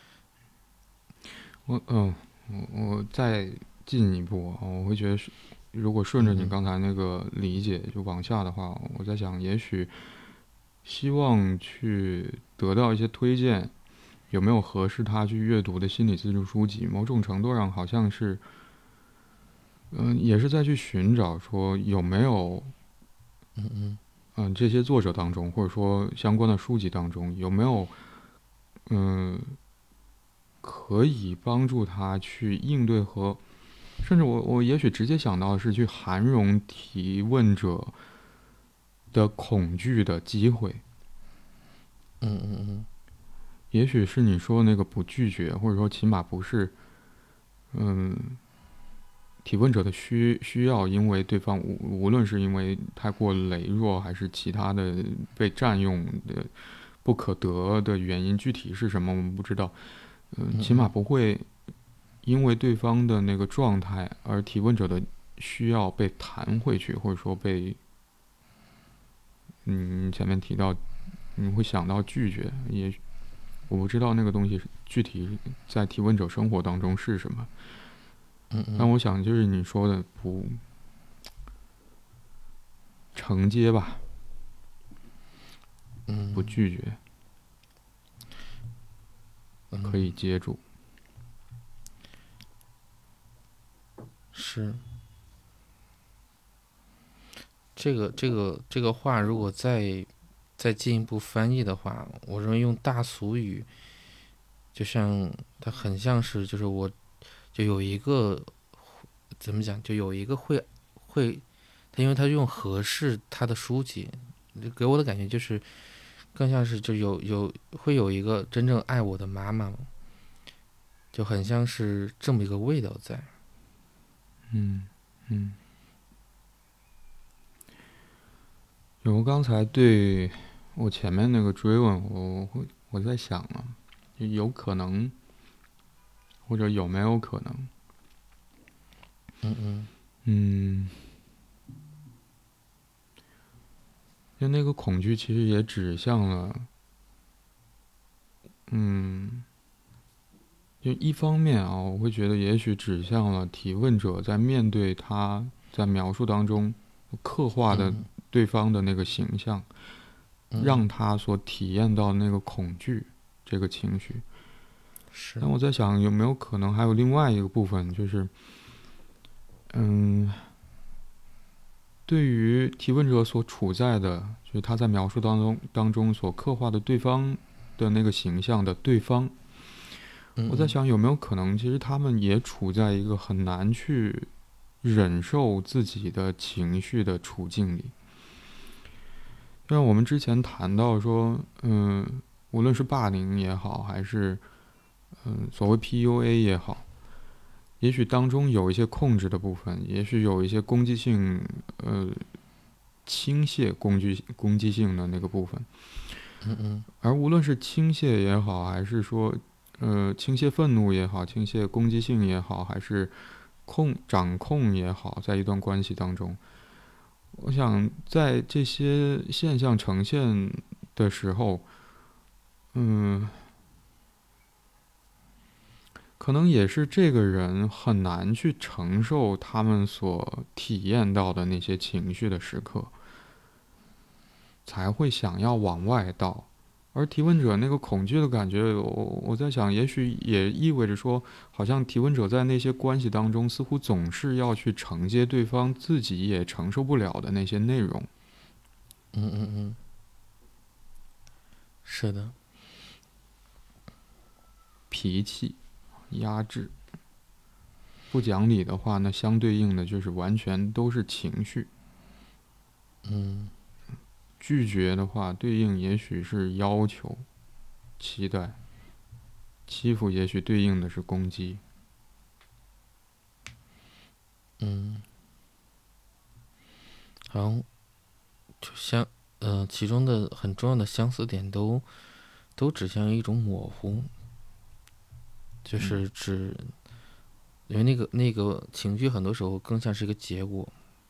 我嗯、我我再进一步啊，我会觉得是，如果顺着你刚才那个理解就往下的话，我在想，也许希望去得到一些推荐，有没有合适他去阅读的心理自助书籍，某种程度上好像是，嗯、也是在去寻找说有没有， 嗯嗯嗯、这些作者当中，或者说相关的书籍当中有没有，嗯、可以帮助他去应对和，甚至我我也许直接想到的是去涵容提问者的恐惧的机会， 嗯嗯嗯也许是你说的那个不拒绝，或者说起码不是，嗯，提问者的需需要，因为对方无无论是因为太过羸弱，还是其他的被占用的不可得的原因，具体是什么我们不知道，嗯，起码不会因为对方的那个状态而提问者的需要被弹回去，或者说被，嗯，前面提到你会想到拒绝，也我不知道那个东西具体在提问者生活当中是什么， 嗯嗯但我想就是你说的不承接吧， 嗯， 不拒绝，可以接住。 是这个这个这个话，如果再再进一步翻译的话，我认为用大俗语，就像它很像是就是我就有一个怎么讲，就有一个会会，他因为他用合适他的书籍，给我的感觉就是更像是就有有会有一个真正爱我的妈妈，就很像是这么一个味道在。 嗯嗯。我刚才对我前面那个追问，我会我在想啊，有可能，或者有没有可能？ 嗯嗯嗯，就那个恐惧其实也指向了，嗯，就一方面啊，我会觉得也许指向了提问者在面对他在描述当中刻画的对方的那个形象，让他所体验到那个恐惧这个情绪。 是。 但我在想，有没有可能还有另外一个部分，就是，嗯，对于提问者所处在的，就是他在描述当中当中所刻画的对方的那个形象的对方，我在想有没有可能，其实他们也处在一个很难去忍受自己的情绪的处境里。因为我们之前谈到说，嗯，无论是霸凌也好，还是嗯所谓 P U A 也好，也许当中有一些控制的部分，也许有一些攻击性，呃，倾泻攻击攻击性的那个部分。 嗯嗯。 而无论是倾泻也好，还是说，呃，倾泻愤怒也好，倾泻攻击性也好，还是控掌控也好，在一段关系当中，我想在这些现象呈现的时候，嗯，可能也是这个人很难去承受他们所体验到的那些情绪的时刻。 才会想要往外倒。而提问者那个恐惧的感觉，我我在想，也许也意味着说，好像提问者在那些关系当中，似乎总是要去承接对方自己也承受不了的那些内容。 嗯嗯嗯，是的。 脾气、压制、不讲理的话，那相对应的就是完全都是情绪。 嗯， 拒绝的话，对应也许是要求、期待；欺负也许对应的是攻击。 嗯，好像就像呃，其中的很重要的相似点都都指向一种模糊，就是指，因为那个那个情绪很多时候更像是一个结果，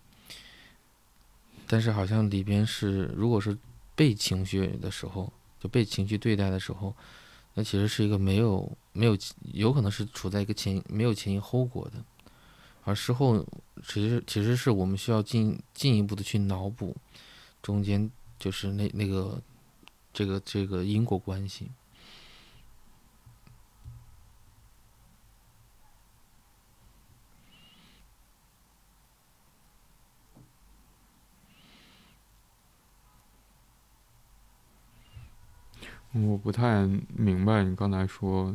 但是好像里边是，如果是被情绪的时候，就被情绪对待的时候，那其实是一个没有没有有可能是处在一个前没有前因后果的，而事后其实其实是我们需要进进一步的去脑补中间就是那那个这个这个因果关系。 我不太明白你刚才说，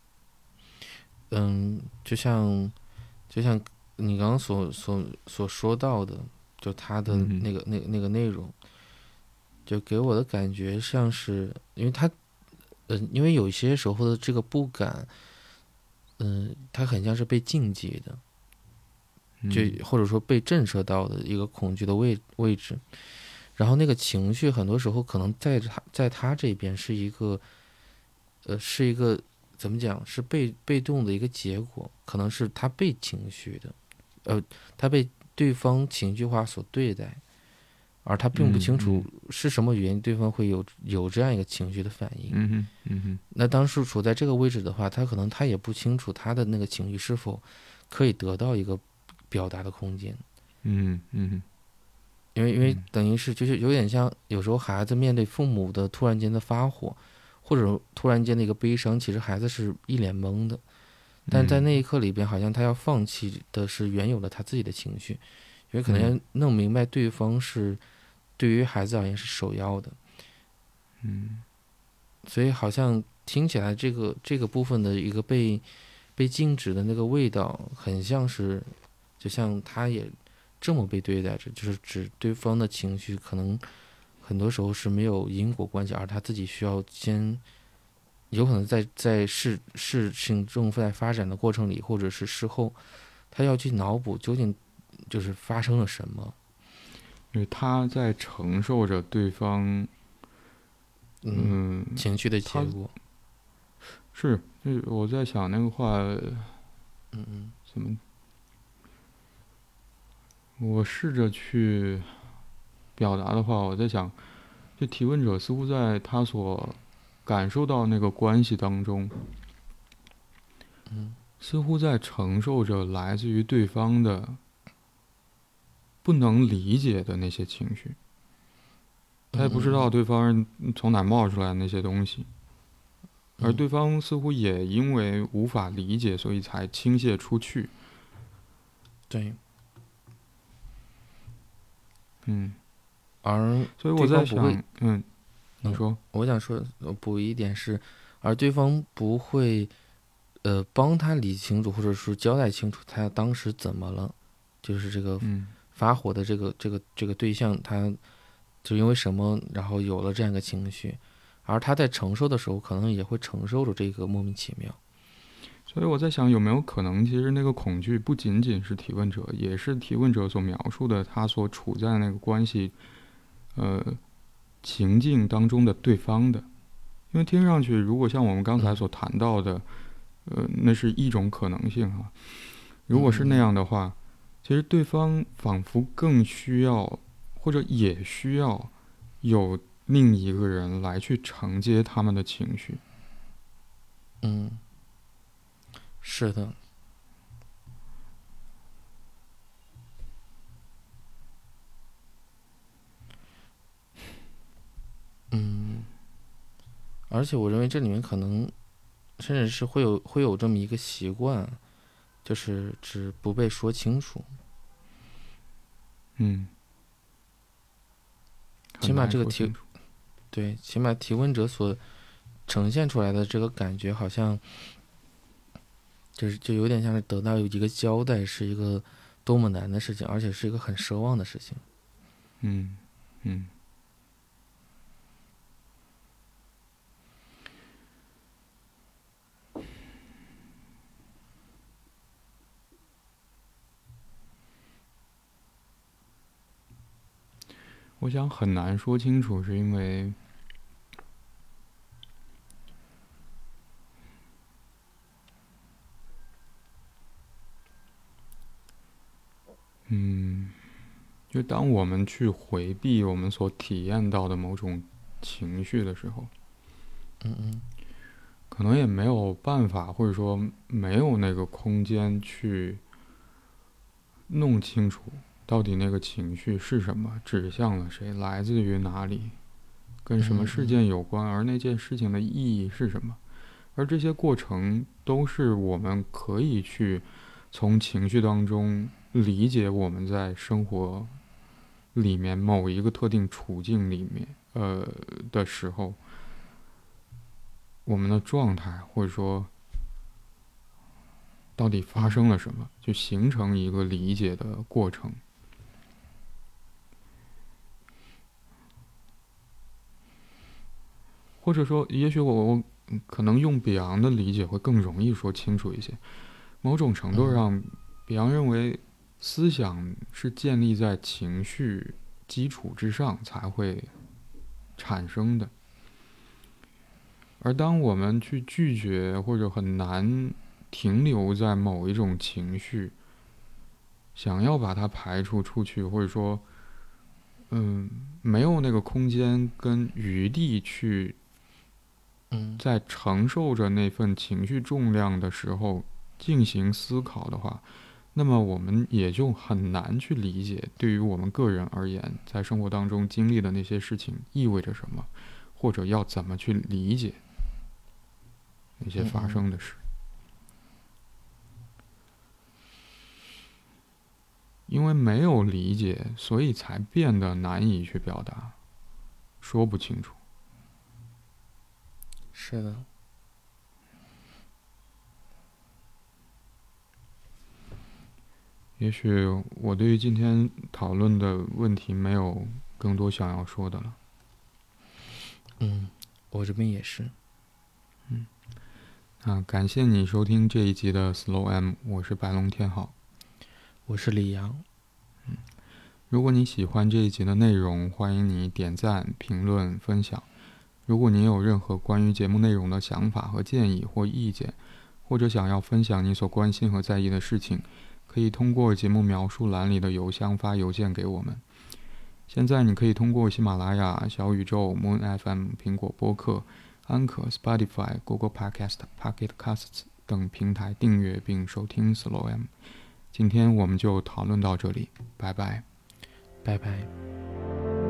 嗯，就像就像你刚刚所所所说到的，就他的嗯那个那个那个内容，就给我的感觉像是，因为他，嗯、呃，因为有些时候的这个不敢，嗯、呃，他很像是被禁忌的，就嗯或者说被震慑到的一个恐惧的位位置，然后那个情绪很多时候可能在他在他这边是一个，呃，是一个怎么讲，是被被动的一个结果，可能是他被情绪的，呃，他被对方情绪化所对待。而他并不清楚嗯是什么原因对方会有有这样一个情绪的反应。 嗯哼嗯哼那当时处在这个位置的话，他可能他也不清楚他的那个情绪是否可以得到一个表达的空间。 嗯嗯因为因为等于是就是有点像有时候孩子面对父母的突然间的发火，或者突然间的一个悲伤，其实孩子是一脸懵的。但在那一刻里边，好像他要放弃的是原有的他自己的情绪，因为可能要弄明白对方是对于孩子而言是首要的。 嗯所以好像听起来这个这个部分的一个被被禁止的那个味道，很像是，就像他也这么被对待着，就是指对方的情绪可能很多时候是没有因果关系，而他自己需要先，有可能在在事事情正在发展的过程里，或者是事后，他要去脑补究竟就是发生了什么。 因为他在承受着对方，嗯， 情绪的结他果。 是，就是我在想那个话， 嗯嗯怎么，我试着去表达的话，我在想，这提问者似乎在他所感受到那个关系当中， 嗯似乎在承受着来自于对方的不能理解的那些情绪，他也不知道对方从哪冒出来的那些东西，而对方似乎也因为无法理解，所以才倾泻出去。 对。 嗯， 而所以我在不会想，嗯，你说， 我想说补一点是，而对方不会，呃，帮他理清楚，或者说交代清楚他当时怎么了，就是这个嗯发火的这个这个这个对象，他就因为什么，然后有了这样一个情绪，而他在承受的时候，可能也会承受着这个莫名其妙。 所以我在想，有没有可能，其实那个恐惧不仅仅是提问者，也是提问者所描述的他所处在那个关系，呃，情境当中的对方的。因为听上去，如果像我们刚才所谈到的，呃，那是一种可能性哈。如果是那样的话，其实对方仿佛更需要，或者也需要有另一个人来去承接他们的情绪。 嗯，是的。 而且我认为这里面可能甚至是会有会有这么一个习惯，就是只不被说清楚。 嗯， 起码这个提提对，起码提问者所呈现出来的这个感觉，好像就是就有点像是得到一个交代，是一个多么难的事情，而且是一个很奢望的事情。 嗯嗯。我想很难说清楚，是因为，嗯，就当我们去回避我们所体验到的某种情绪的时候， 嗯嗯， 可能也没有办法，或者说没有那个空间去弄清楚到底那个情绪是什么，指向了谁，来自于哪里，跟什么事件有关，而那件事情的意义是什么。而这些过程都是我们可以去从情绪当中理解我们在生活里面某一个特定处境里面呃的时候，我们的状态，或者说到底发生了什么，就形成一个理解的过程。或者说，也许我我可能用比昂的理解会更容易说清楚一些。某种程度上，比昂认为思想是建立在情绪基础之上才会产生的。而当我们去拒绝或者很难停留在某一种情绪，想要把它排除出去，或者说，嗯，没有那个空间跟余地去，在承受着那份情绪重量的时候进行思考的话，那么我们也就很难去理解，对于我们个人而言，在生活当中经历的那些事情意味着什么，或者要怎么去理解那些发生的事。因为没有理解，所以才变得难以去表达，说不清楚。 是的。 也许我对于今天讨论的问题没有更多想要说的了。 嗯，我这边也是。 嗯，啊，感谢你收听这一集的 Slow M， 我是白龙天浩， 我是李阳。 嗯，如果你喜欢这一集的内容，欢迎你点赞、评论、分享。如果你有任何关于节目内容的想法和建议或意见，或者想要分享你所关心和在意的事情，可以通过节目描述栏里的邮箱发邮件给我们。现在你可以通过喜马拉雅、小宇宙、Moon F M、苹果播客、安可、Spotify、Google Podcast、Pocket Casts 等平台订阅并收听 Slow M。今天我们就讨论到这里，拜拜， 拜拜。